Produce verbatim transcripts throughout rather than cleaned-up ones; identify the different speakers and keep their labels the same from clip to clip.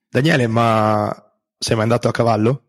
Speaker 1: Daniele, ma sei mai andato a cavallo?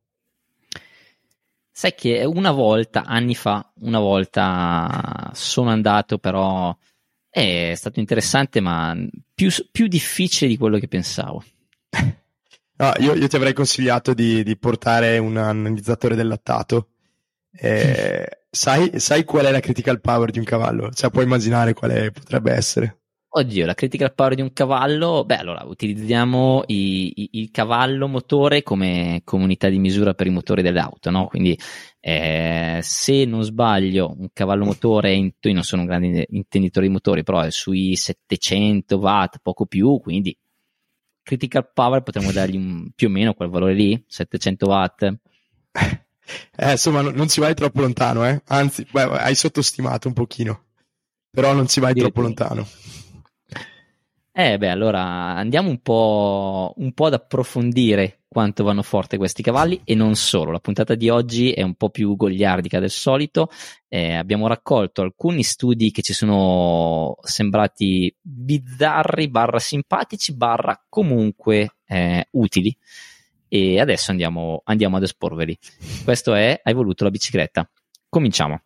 Speaker 2: Sai che una volta, anni fa, una volta sono andato, però è stato interessante, ma più, più difficile di quello che pensavo.
Speaker 1: No, io, io ti avrei consigliato di, di portare un analizzatore del lattato. Eh, sai, sai qual è la critical power di un cavallo? Cioè, puoi immaginare quale potrebbe essere?
Speaker 2: Oddio, la critical power di un cavallo, beh, allora utilizziamo i, i, il cavallo motore come, come unità di misura per i motori delle auto, no? Quindi eh, se non sbaglio, un cavallo motore, io non sono un grande intenditore di motori, però è sui settecento watt, poco più, quindi critical power potremmo dargli un, più o meno quel valore lì, settecento watt.
Speaker 1: Eh, insomma, non, non ci vai troppo lontano, eh? Anzi, beh, hai sottostimato un pochino, però non ci vai troppo lontano.
Speaker 2: Eh beh, allora andiamo un po', un po' ad approfondire quanto vanno forte questi cavalli, e non solo. La puntata di oggi è un po' più goliardica del solito. Eh, abbiamo raccolto alcuni studi che ci sono sembrati bizzarri, barra simpatici, barra comunque eh, utili, e adesso andiamo, andiamo ad esporveli. Questo è Hai voluto la bicicletta. Cominciamo.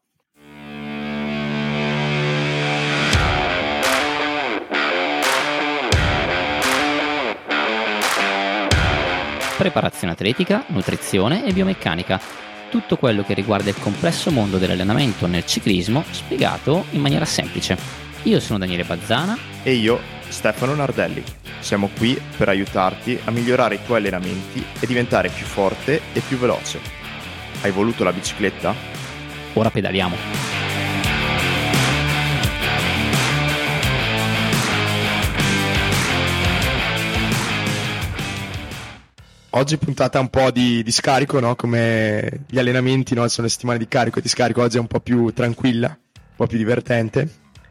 Speaker 2: Preparazione atletica, nutrizione e biomeccanica. Tutto quello che riguarda il complesso mondo dell'allenamento nel ciclismo, spiegato in maniera semplice. Io sono Daniele Bazzana.
Speaker 3: E io, Stefano Nardelli. Siamo qui per aiutarti a migliorare i tuoi allenamenti e diventare più forte e più veloce. Hai voluto la bicicletta?
Speaker 2: Ora pedaliamo.
Speaker 1: Oggi puntata un po' di, di scarico, no? Come gli allenamenti, no? Sono le settimane di carico e di scarico. Oggi è un po' più tranquilla, un po' più divertente.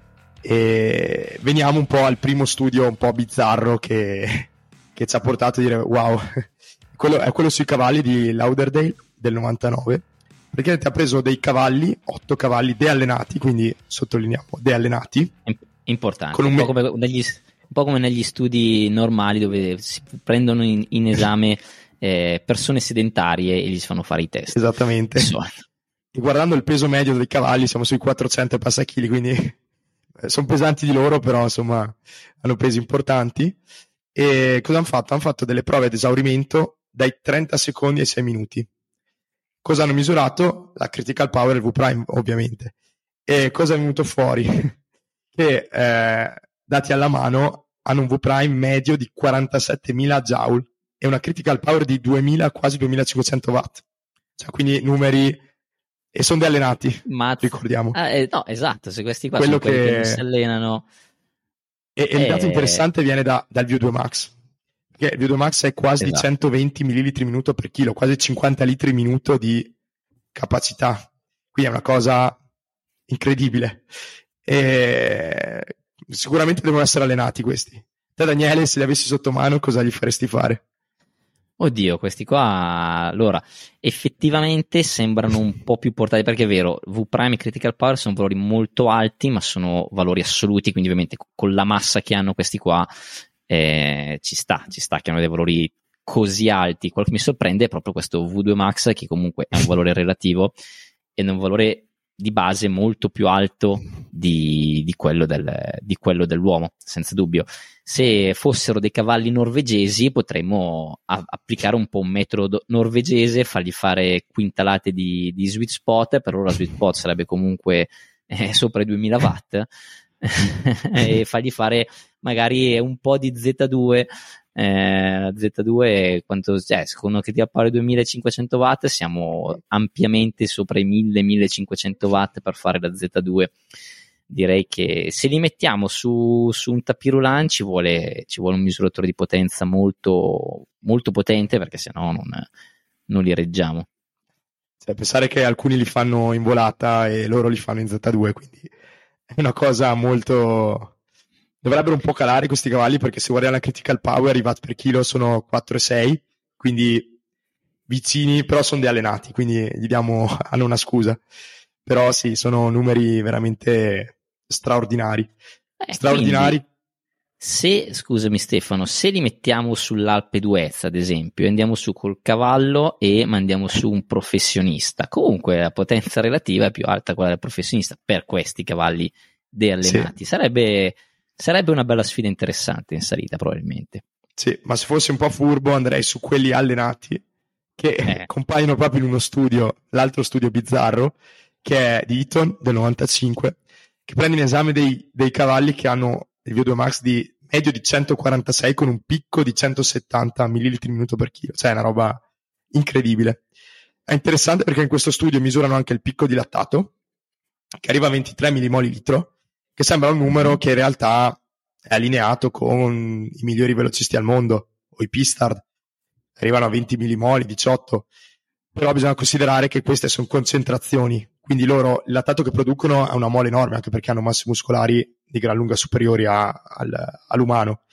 Speaker 1: E veniamo un po' al primo studio un po' bizzarro che, che ci ha portato a dire wow. Quello, è quello sui cavalli di Lauderdale del novantanove. Perché ti ha preso dei cavalli, otto cavalli deallenati, quindi sottolineiamo deallenati.
Speaker 2: Importante,
Speaker 1: con un,
Speaker 2: un,
Speaker 1: me-
Speaker 2: po come negli, un po' come negli studi normali dove si prendono in, in esame eh, persone sedentarie e gli si fanno fare i test.
Speaker 1: Esattamente.
Speaker 2: Insomma.
Speaker 1: E guardando il peso medio dei cavalli siamo sui quattrocento e passa chili, quindi eh, sono pesanti di loro, però insomma hanno pesi importanti. E cosa hanno fatto? Hanno fatto delle prove ad esaurimento dai trenta secondi ai sei minuti. Cosa hanno misurato? La critical power e il V prime, ovviamente. E cosa è venuto fuori? Che eh, dati alla mano hanno un V prime medio di quarantasettemila joule e una critical power di duemila, quasi duemilacinquecento watt. Cioè, quindi numeri, e sono deallenati,
Speaker 2: Ma...
Speaker 1: ricordiamo.
Speaker 2: Ah, eh, no, esatto, se questi qua
Speaker 1: Quello
Speaker 2: sono quelli
Speaker 1: che...
Speaker 2: che non si allenano.
Speaker 1: E, e
Speaker 2: eh...
Speaker 1: il dato interessante viene da, dal V O due Max, perché il V O due Max è quasi esatto. di centoventi millilitri minuto per chilo, quasi cinquanta litri minuto di capacità. Quindi è una cosa incredibile. E sicuramente devono essere allenati questi. Te, Daniele, se li avessi sotto mano, cosa gli faresti fare?
Speaker 2: Oddio, questi qua allora effettivamente sembrano un po' più portati, perché è vero, V prime e critical power sono valori molto alti, ma sono valori assoluti, quindi ovviamente con la massa che hanno questi qua eh, ci sta, ci sta che hanno dei valori così alti. Quello che mi sorprende è proprio questo V due Max, che comunque è un valore relativo ed è un valore di base molto più alto di, di, quello del, di quello dell'uomo, senza dubbio. Se fossero dei cavalli norvegesi potremmo a- applicare un po' un metodo norvegese, fargli fare quintalate di, di sweet spot. Per ora la sweet spot sarebbe comunque eh, sopra i duemila watt e fargli fare magari un po' di Z due. Eh, Z due quanto, cioè, secondo che ti appare duemilacinquecento watt, siamo ampiamente sopra i mille millecinquecento watt per fare la Z due. Direi che se li mettiamo su, su un tapirulan ci vuole, ci vuole un misuratore di potenza molto, molto potente, perché sennò non, non li reggiamo.
Speaker 1: Cioè, pensare che alcuni li fanno in volata e loro li fanno in Z due, quindi è una cosa molto... Dovrebbero un po' calare questi cavalli, perché se guardiamo la critical power i watt per chilo sono quattro virgola sei, quindi vicini, però sono deallenati, quindi gli diamo, hanno una scusa. Però sì, sono numeri veramente straordinari.
Speaker 2: Eh,
Speaker 1: straordinari.
Speaker 2: Quindi, Se, scusami Stefano, se li mettiamo sull'Alpe d'Huez ad esempio, andiamo su col cavallo e mandiamo su un professionista, comunque la potenza relativa è più alta quella del professionista per questi cavalli deallenati. Sì. Sarebbe, sarebbe una bella sfida interessante in salita probabilmente.
Speaker 1: Sì, ma se fossi un po' furbo andrei su quelli allenati che eh. compaiono proprio in uno studio, l'altro studio bizzarro, che è di Eaton del novantacinque, che prende in esame dei, dei cavalli che hanno il V O due max di medio di centoquarantasei con un picco di centosettanta millilitri minuto per chilo, cioè è una roba incredibile. È interessante perché in questo studio misurano anche il picco di lattato, che arriva a ventitré millimoli litro, che sembra un numero che in realtà è allineato con i migliori velocisti al mondo, o i Pistard, arrivano a venti millimoli, diciotto, però bisogna considerare che queste sono concentrazioni, quindi loro, il lattato che producono è una mole enorme, anche perché hanno massi muscolari di gran lunga superiori a, al, all'umano,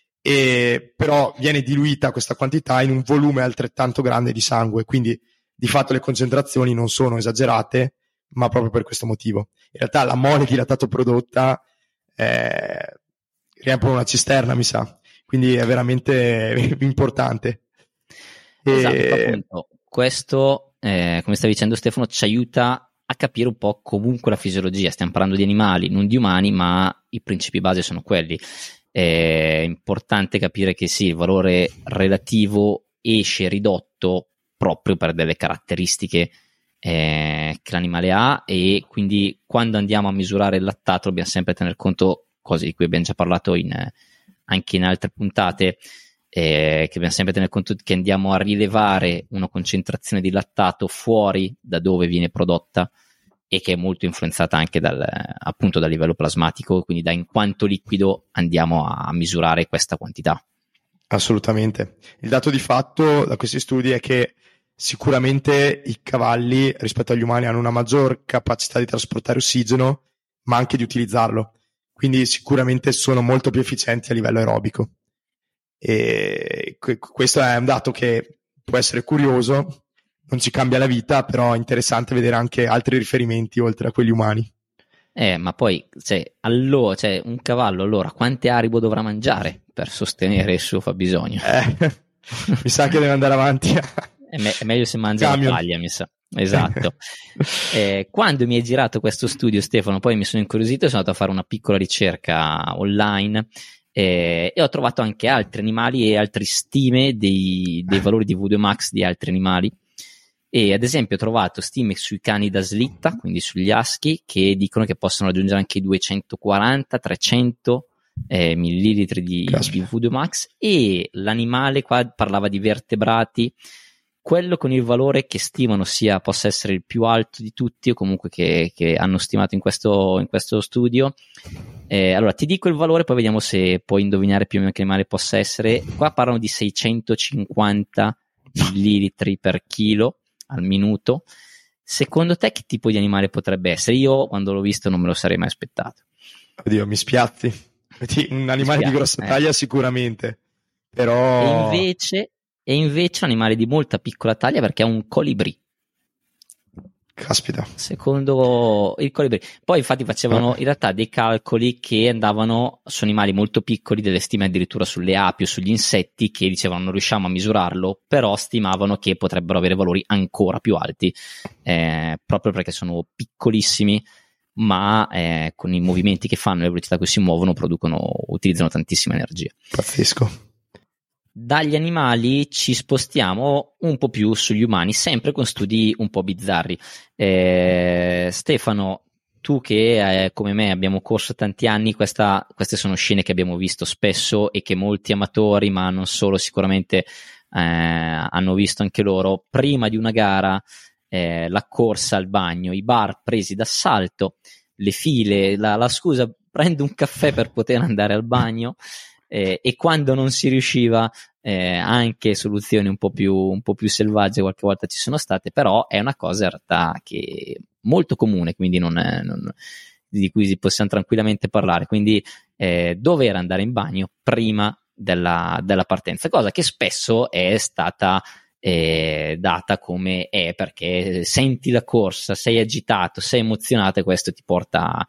Speaker 1: e però viene diluita questa quantità in un volume altrettanto grande di sangue, quindi di fatto le concentrazioni non sono esagerate, ma proprio per questo motivo. In realtà la mole di lattato prodotta eh, riempie una cisterna, mi sa, quindi è veramente importante.
Speaker 2: Esatto,
Speaker 1: e...
Speaker 2: appunto, questo, eh, come stavi dicendo Stefano, ci aiuta a capire un po' comunque la fisiologia. Stiamo parlando di animali, non di umani, ma i principi base sono quelli. È importante capire che sì, il valore relativo esce ridotto proprio per delle caratteristiche eh, che l'animale ha, e quindi quando andiamo a misurare il lattato dobbiamo sempre tener conto, cose di cui abbiamo già parlato in, anche in altre puntate, Eh, che dobbiamo sempre tener conto che andiamo a rilevare una concentrazione di lattato fuori da dove viene prodotta, e che è molto influenzata anche dal, appunto dal livello plasmatico, quindi da in quanto liquido andiamo a misurare questa quantità.
Speaker 1: Assolutamente. Il dato di fatto da questi studi è che sicuramente i cavalli rispetto agli umani hanno una maggior capacità di trasportare ossigeno, ma anche di utilizzarlo, quindi sicuramente sono molto più efficienti a livello aerobico. E questo è un dato che può essere curioso, non ci cambia la vita, però è interessante vedere anche altri riferimenti oltre a quelli umani.
Speaker 2: Eh, ma poi, cioè, allora, cioè, un cavallo, allora, quante aribo dovrà mangiare per sostenere il suo fabbisogno?
Speaker 1: Eh, mi sa che deve andare avanti.
Speaker 2: È, me- è meglio se mangia Camion. La paglia, mi sa. Esatto. eh, quando mi hai girato questo studio, Stefano, poi mi sono incuriosito e sono andato a fare una piccola ricerca online. Eh, e ho trovato anche altri animali e altre stime dei, dei valori di V O due max di altri animali, e ad esempio ho trovato stime sui cani da slitta, quindi sugli husky, che dicono che possono raggiungere anche i duecentoquaranta trecento eh, millilitri di, di V O due max, e l'animale qua parlava di vertebrati, quello con il valore che stimano sia possa essere il più alto di tutti, o comunque che, che hanno stimato in questo, in questo studio. Eh, allora ti dico il valore, poi vediamo se puoi indovinare più o meno che animale possa essere. Qua parlano di seicentocinquanta millilitri per chilo al minuto. Secondo te che tipo di animale potrebbe essere? Io quando l'ho visto non me lo sarei mai aspettato.
Speaker 1: Oddio, mi spiazzi. Un animale spiazzi, di grossa eh. taglia sicuramente, però...
Speaker 2: E invece... E invece un animale di molta piccola taglia, perché è un colibrì.
Speaker 1: Caspita.
Speaker 2: Secondo il colibrì. Poi infatti facevano oh. in realtà dei calcoli che andavano su animali molto piccoli, delle stime addirittura sulle api o sugli insetti, che dicevano non riusciamo a misurarlo, però stimavano che potrebbero avere valori ancora più alti, eh, proprio perché sono piccolissimi, ma eh, con i movimenti che fanno, le velocità a cui si muovono, producono, utilizzano tantissima energia.
Speaker 1: Pazzesco.
Speaker 2: Dagli animali ci spostiamo un po' più sugli umani, sempre con studi un po' bizzarri. Eh, Stefano, tu che eh, come me abbiamo corso tanti anni, questa, queste sono scene che abbiamo visto spesso e che molti amatori, ma non solo, sicuramente eh, hanno visto anche loro. Prima di una gara, eh, la corsa al bagno, i bar presi d'assalto, le file, la, la scusa, prendo un caffè per poter andare al bagno. Eh, e quando non si riusciva, eh, anche soluzioni un po' più un po' più selvagge qualche volta ci sono state, però è una cosa in realtà che è molto comune, quindi non è, non, di cui possiamo tranquillamente parlare. Quindi eh, dover andare in bagno prima della, della partenza, cosa che spesso è stata eh, data come è, perché senti la corsa, sei agitato, sei emozionato, e questo ti porta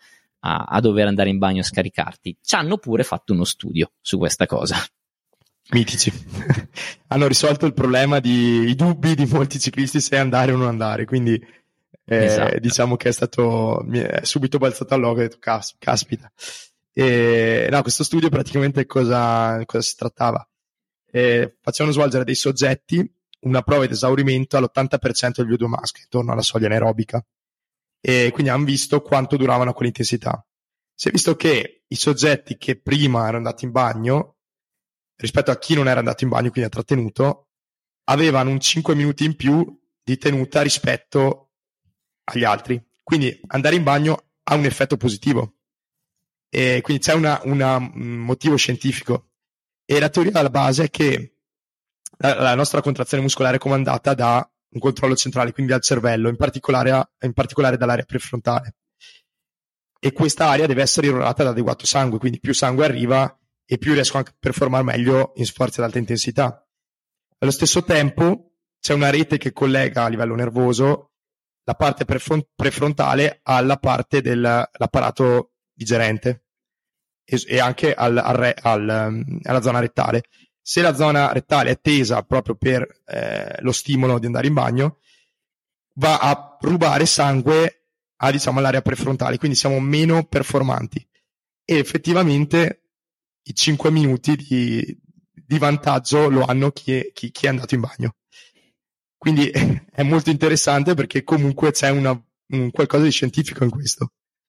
Speaker 2: a, a dover andare in bagno a scaricarti. Ci hanno pure fatto uno studio su questa cosa.
Speaker 1: Mitici. Hanno risolto il problema di i dubbi di molti ciclisti se andare o non andare, quindi eh, esatto. Diciamo che è stato mi è subito balzato al logo e ho detto cas- caspita. E, no, questo studio praticamente cosa, cosa si trattava? Eh, facevano svolgere dei soggetti una prova di esaurimento all'ottanta per cento del V O due maschio, intorno alla soglia anaerobica, e quindi hanno visto quanto duravano quell'intensità. Si è visto che i soggetti che prima erano andati in bagno rispetto a chi non era andato in bagno, quindi ha trattenuto, avevano un cinque minuti in più di tenuta rispetto agli altri. Quindi andare in bagno ha un effetto positivo. E quindi c'è una, una, un motivo scientifico. E la teoria alla base è che la, la nostra contrazione muscolare è comandata da un controllo centrale, quindi dal cervello, in particolare, in particolare dall'area prefrontale. E questa area deve essere irrorata da adeguato sangue, quindi più sangue arriva e più riesco anche a performare meglio in sforzi ad alta intensità. Allo stesso tempo c'è una rete che collega a livello nervoso la parte prefron- prefrontale alla parte dell'apparato digerente e, e anche al, al re, al, alla zona rettale. Se la zona rettale è tesa proprio per eh, lo stimolo di andare in bagno, va a rubare sangue a, diciamo, all'area prefrontale, quindi siamo meno performanti. E effettivamente i cinque minuti di, di vantaggio lo hanno chi è, chi, chi è andato in bagno. Quindi è molto interessante perché comunque c'è una, un qualcosa di scientifico in questo.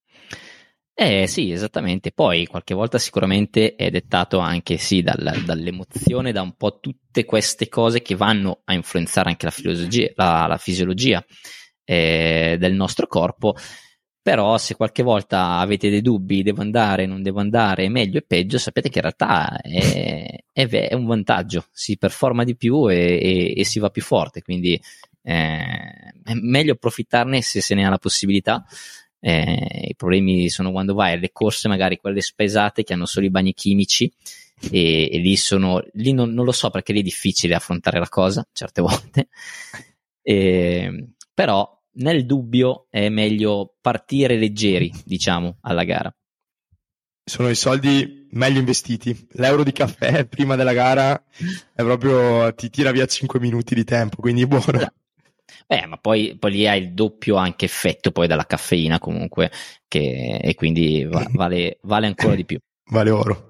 Speaker 2: Eh sì, esattamente. Poi qualche volta sicuramente è dettato anche sì dal, dall'emozione, da un po' tutte queste cose che vanno a influenzare anche la fisiologia, la, la fisiologia eh, del nostro corpo. Però se qualche volta avete dei dubbi, devo andare, non devo andare, è meglio e peggio, sapete che in realtà è, è, è un vantaggio, si performa di più e, e, e si va più forte, quindi eh, è meglio approfittarne se se ne ha la possibilità. Eh, i problemi sono quando vai alle corse, magari quelle spesate che hanno solo i bagni chimici e, e lì sono, lì non, non lo so perché lì è difficile affrontare la cosa certe volte, e, però nel dubbio è meglio partire leggeri, diciamo, alla gara.
Speaker 1: Sono i soldi meglio investiti. L'euro di caffè prima della gara è proprio, ti tira via cinque minuti di tempo, quindi è buono.
Speaker 2: Beh, ma poi, poi lì hai il doppio anche effetto poi dalla caffeina comunque, che, e quindi va, vale, vale ancora di più.
Speaker 1: Vale oro.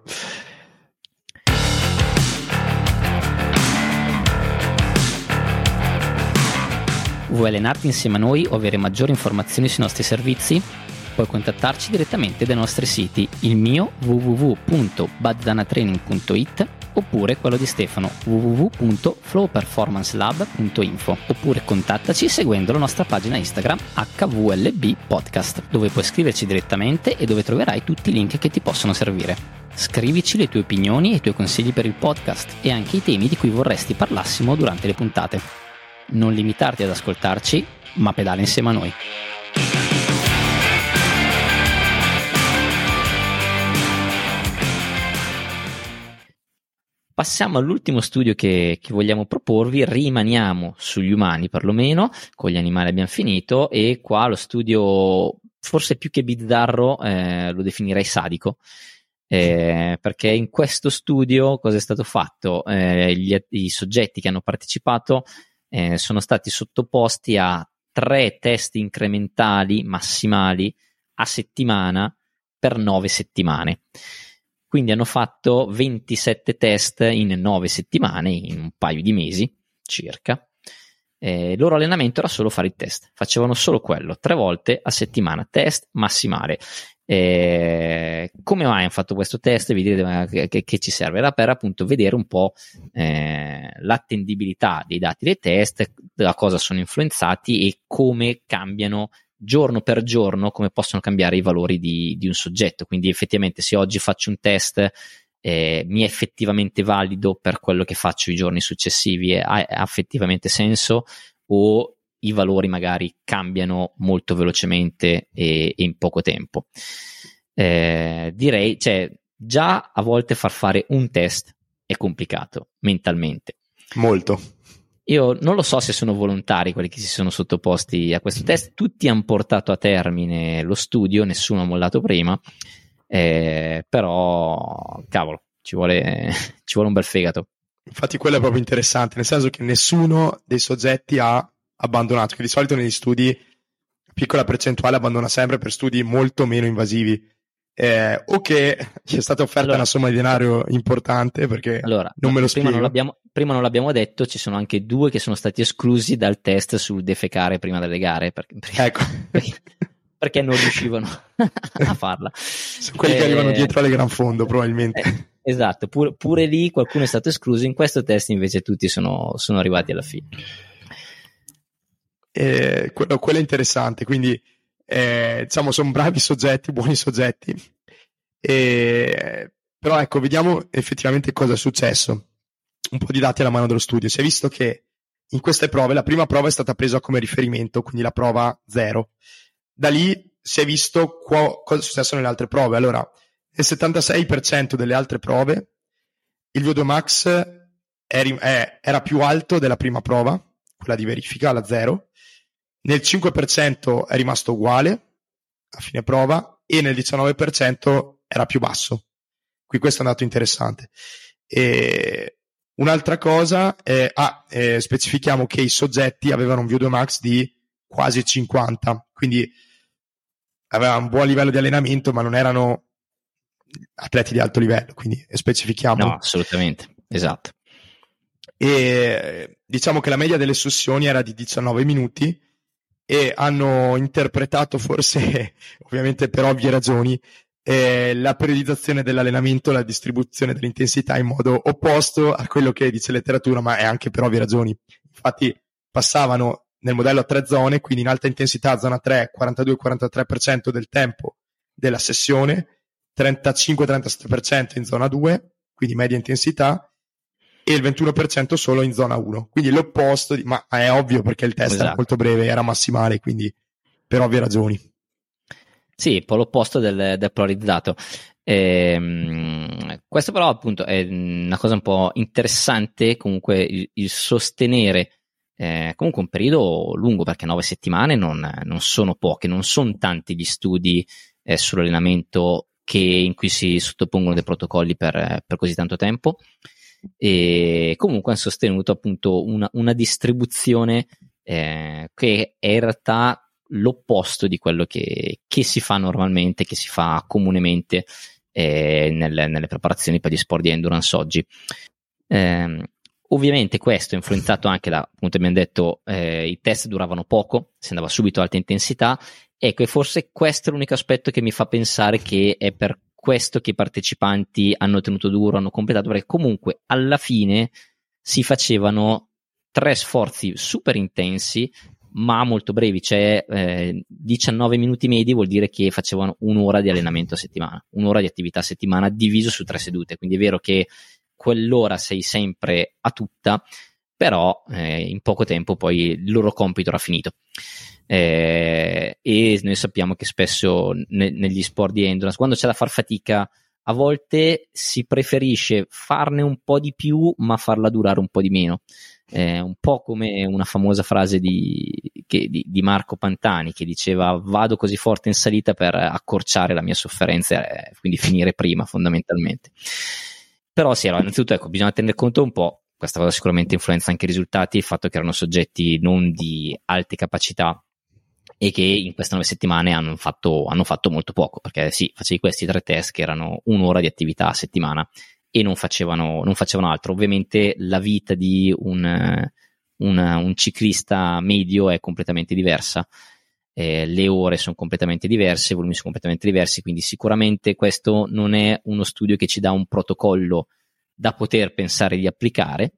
Speaker 2: Vuoi allenarti insieme a noi o avere maggiori informazioni sui nostri servizi? Puoi contattarci direttamente dai nostri siti, il mio w w w punto baddanatraining punto i t oppure quello di Stefano w w w punto flow performance lab punto info, oppure contattaci seguendo la nostra pagina Instagram H V L B Podcast, dove puoi scriverci direttamente e dove troverai tutti i link che ti possono servire. Scrivici le tue opinioni e i tuoi consigli per il podcast e anche i temi di cui vorresti parlassimo durante le puntate. Non limitarti ad ascoltarci, ma pedala insieme a noi. Passiamo all'ultimo studio che, che vogliamo proporvi, rimaniamo sugli umani perlomeno, con gli animali abbiamo finito, e qua lo studio forse più che bizzarro eh, lo definirei sadico, eh, perché in questo studio cosa è stato fatto? Eh, gli, i soggetti che hanno partecipato eh, sono stati sottoposti a tre test incrementali massimali a settimana per nove settimane. Quindi hanno fatto ventisette test in nove settimane, in un paio di mesi circa. Eh, il loro allenamento era solo fare il test, facevano solo quello, tre volte a settimana, test massimale. Eh, come mai hanno fatto questo test? Vi direte che, che, che ci serve? Era per appunto vedere un po' eh, l'attendibilità dei dati dei test, da cosa sono influenzati e come cambiano giorno per giorno, come possono cambiare i valori di, di un soggetto. Quindi effettivamente se oggi faccio un test eh, mi è effettivamente valido per quello che faccio i giorni successivi, ha, ha effettivamente senso, o i valori magari cambiano molto velocemente e, e in poco tempo. Eh, direi, cioè, già a volte far fare un test è complicato mentalmente.
Speaker 1: Molto.
Speaker 2: Io non lo so se sono volontari quelli che si sono sottoposti a questo test, tutti hanno portato a termine lo studio, nessuno ha mollato prima, eh, però cavolo, ci vuole, ci vuole un bel fegato.
Speaker 1: Infatti quello è proprio interessante, nel senso che nessuno dei soggetti ha abbandonato, che di solito negli studi piccola percentuale abbandona sempre per studi molto meno invasivi. Eh, o che ci è stata offerta allora, una somma di denaro importante, perché
Speaker 2: allora,
Speaker 1: non me lo
Speaker 2: prima
Speaker 1: spiego.
Speaker 2: Non l'abbiamo, prima non l'abbiamo detto, ci sono anche due che sono stati esclusi dal test sul defecare prima delle gare, perché, perché,
Speaker 1: ecco.
Speaker 2: perché, perché non riuscivano a farla.
Speaker 1: Sono quelli
Speaker 2: eh,
Speaker 1: che arrivano dietro alle gran fondo, probabilmente.
Speaker 2: Eh, esatto, pure, pure lì qualcuno è stato escluso, in questo test invece tutti sono, sono arrivati alla fine.
Speaker 1: Eh, quello, quello è interessante, quindi Eh, diciamo sono bravi soggetti, buoni soggetti, eh, però ecco, vediamo effettivamente cosa è successo. Un po' di dati alla mano dello studio. Si è visto che in queste prove la prima prova è stata presa come riferimento, quindi la prova zero. Da lì si è visto qua, cosa è successo nelle altre prove. Allora, nel settantasei per cento delle altre prove il V O due max è, è, era più alto della prima prova, quella di verifica, la zero. Nel cinque per cento è rimasto uguale a fine prova e nel diciannove per cento era più basso. Qui questo è un dato interessante. E un'altra cosa è, ah, eh, specifichiamo che i soggetti avevano un V O due max di quasi cinquanta, quindi avevano un buon livello di allenamento, ma non erano atleti di alto livello, quindi specifichiamo.
Speaker 2: No, assolutamente, esatto.
Speaker 1: E diciamo che la media delle sessioni era di diciannove minuti, e hanno interpretato, forse ovviamente per ovvie ragioni, eh, la periodizzazione dell'allenamento, la distribuzione dell'intensità in modo opposto a quello che dice la letteratura, ma è anche per ovvie ragioni. Infatti passavano nel modello a tre zone, quindi in alta intensità zona tre, quarantadue quarantatré per cento del tempo della sessione, trentacinque trentasette per cento in zona due, quindi media intensità, e il ventuno per cento solo in zona uno, quindi l'opposto, di, ma è ovvio perché il test esatto. era molto breve, era massimale, quindi per ovvie ragioni.
Speaker 2: Sì, un po' l'opposto del, del polarizzato. Ehm, questo però appunto è una cosa un po' interessante, comunque il, il sostenere eh, comunque un periodo lungo, perché nove settimane non, non sono poche, non sono tanti gli studi eh, sull'allenamento che, in cui si sottopongono dei protocolli per, per così tanto tempo. E comunque hanno sostenuto appunto una, una distribuzione eh, che è in realtà l'opposto di quello che, che si fa normalmente, che si fa comunemente eh, nelle, nelle preparazioni per gli sport di endurance oggi. Eh, ovviamente questo è influenzato anche da, appunto abbiamo detto, eh, i test duravano poco, si andava subito a alta intensità. Ecco, e forse questo è l'unico aspetto che mi fa pensare che è per questo che i partecipanti hanno tenuto duro, hanno completato, perché comunque alla fine si facevano tre sforzi super intensi ma molto brevi, cioè eh, diciannove minuti medi vuol dire che facevano un'ora di allenamento a settimana, un'ora di attività a settimana diviso su tre sedute, quindi è vero che quell'ora sei sempre a tutta, però eh, in poco tempo poi il loro compito era finito. Eh, e noi sappiamo che spesso ne, negli sport di endurance, quando c'è da far fatica, a volte si preferisce farne un po' di più ma farla durare un po' di meno, eh, un po' come una famosa frase di, che, di, di Marco Pantani, che diceva: vado così forte in salita per accorciare la mia sofferenza, eh, quindi finire prima fondamentalmente. Però sì, allora, innanzitutto ecco, bisogna tenere conto un po', questa cosa sicuramente influenza anche i risultati, il fatto che erano soggetti non di alte capacità e che in queste nove settimane hanno fatto, hanno fatto molto poco, perché sì, facevi questi tre test che erano un'ora di attività a settimana e non facevano, non facevano altro. Ovviamente la vita di un, un, un ciclista medio è completamente diversa, eh, le ore sono completamente diverse, i volumi sono completamente diversi, quindi sicuramente questo non è uno studio che ci dà un protocollo da poter pensare di applicare.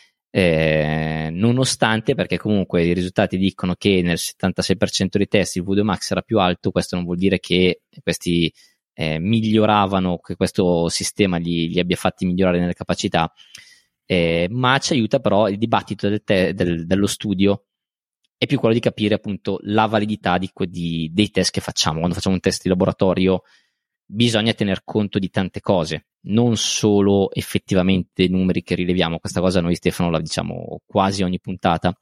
Speaker 2: Eh, nonostante, perché comunque i risultati dicono che nel settantasei per cento dei test il V O due max era più alto, questo non vuol dire che questi eh, miglioravano, che questo sistema gli, gli abbia fatti migliorare nelle capacità, eh, ma ci aiuta però il dibattito del te, del, dello studio è più quello di capire appunto la validità di, di, dei test che facciamo. Quando facciamo un test di laboratorio bisogna tener conto di tante cose, non solo effettivamente numeri che rileviamo. Questa cosa noi, Stefano, la diciamo quasi ogni puntata.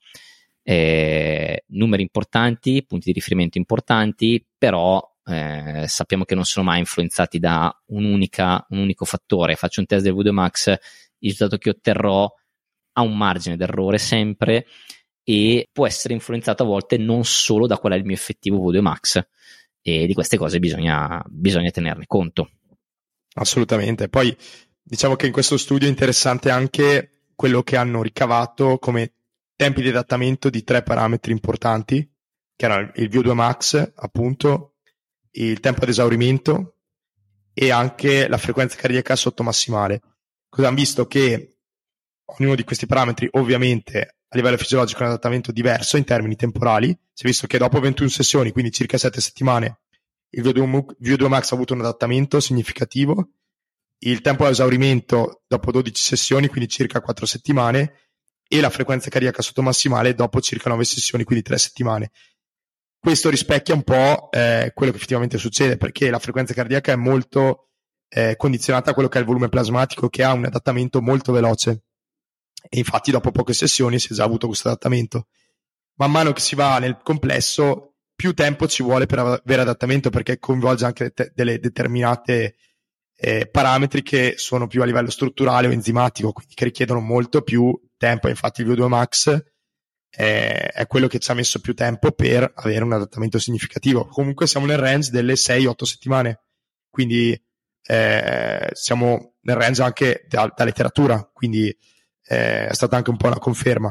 Speaker 2: Eh, numeri importanti, punti di riferimento importanti, però eh, sappiamo che non sono mai influenzati da un'unica, un unico fattore. Faccio un test del V due Max, il risultato che otterrò ha un margine d'errore sempre e può essere influenzato a volte non solo da qual è il mio effettivo V due Max, e di queste cose bisogna, bisogna tenerne conto.
Speaker 1: Assolutamente. Poi diciamo che in questo studio è interessante anche quello che hanno ricavato come tempi di adattamento di tre parametri importanti, che erano il V due Max, appunto, il tempo ad esaurimento e anche la frequenza cardiaca sottomassimale. Cosa hanno visto? Che ognuno di questi parametri ovviamente a livello fisiologico è un adattamento diverso in termini temporali. Si è visto che dopo ventuno sessioni, quindi circa sette settimane, il V due Max ha avuto un adattamento significativo, il tempo ad esaurimento dopo dodici sessioni, quindi circa quattro settimane, e la frequenza cardiaca sottomassimale dopo circa nove sessioni, quindi tre settimane. Questo rispecchia un po' eh, quello che effettivamente succede, perché la frequenza cardiaca è molto eh, condizionata a quello che è il volume plasmatico, che ha un adattamento molto veloce, e infatti dopo poche sessioni si è già avuto questo adattamento. Man mano che si va nel complesso, più tempo ci vuole per avere adattamento, perché coinvolge anche te- delle determinate eh, parametri che sono più a livello strutturale o enzimatico, quindi che richiedono molto più tempo. Infatti il V due Max è, è quello che ci ha messo più tempo per avere un adattamento significativo. Comunque siamo nel range delle sei otto settimane, quindi eh, siamo nel range anche da, da letteratura, quindi eh, è stata anche un po' una conferma.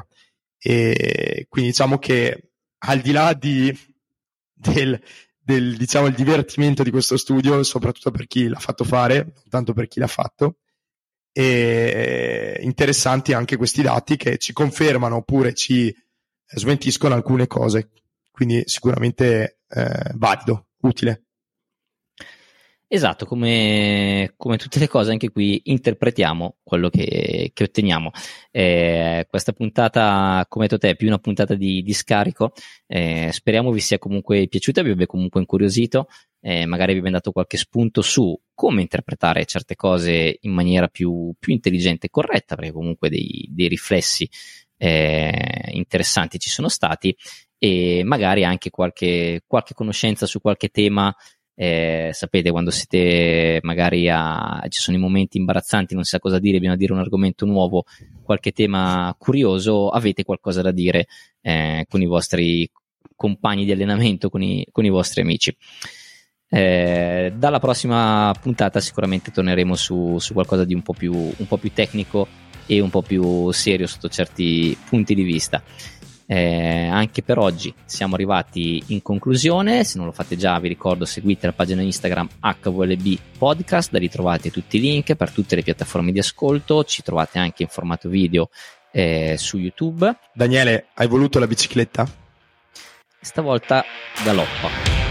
Speaker 1: E quindi diciamo che al di là di, del, del diciamo il divertimento di questo studio, soprattutto per chi l'ha fatto fare, non tanto per chi l'ha fatto, e interessanti anche questi dati che ci confermano oppure ci smentiscono alcune cose, quindi sicuramente eh, valido, utile.
Speaker 2: Esatto, come, come tutte le cose anche qui interpretiamo quello che, che otteniamo. Eh, questa puntata, come hai detto te, è più una puntata di, di scarico. Eh, speriamo vi sia comunque piaciuta, vi abbia comunque incuriosito, eh, magari vi abbia dato qualche spunto su come interpretare certe cose in maniera più, più intelligente e corretta, perché comunque dei, dei riflessi eh, interessanti ci sono stati, e magari anche qualche, qualche conoscenza su qualche tema. Eh, sapete, quando siete magari a, ci sono i momenti imbarazzanti, non si sa cosa dire, bisogna dire un argomento nuovo, qualche tema curioso, avete qualcosa da dire eh, con i vostri compagni di allenamento, con i, con i vostri amici. Eh, dalla prossima puntata sicuramente torneremo su, su qualcosa di un po' più, un po' più tecnico e un po' più serio sotto certi punti di vista. Eh, anche per oggi siamo arrivati in conclusione. Se non lo fate già, vi ricordo, seguite la pagina Instagram H V L B Podcast, da ritrovate tutti i link per tutte le piattaforme di ascolto. Ci trovate anche in formato video eh, su YouTube.
Speaker 1: Daniele, hai voluto la bicicletta?
Speaker 2: Stavolta galoppa.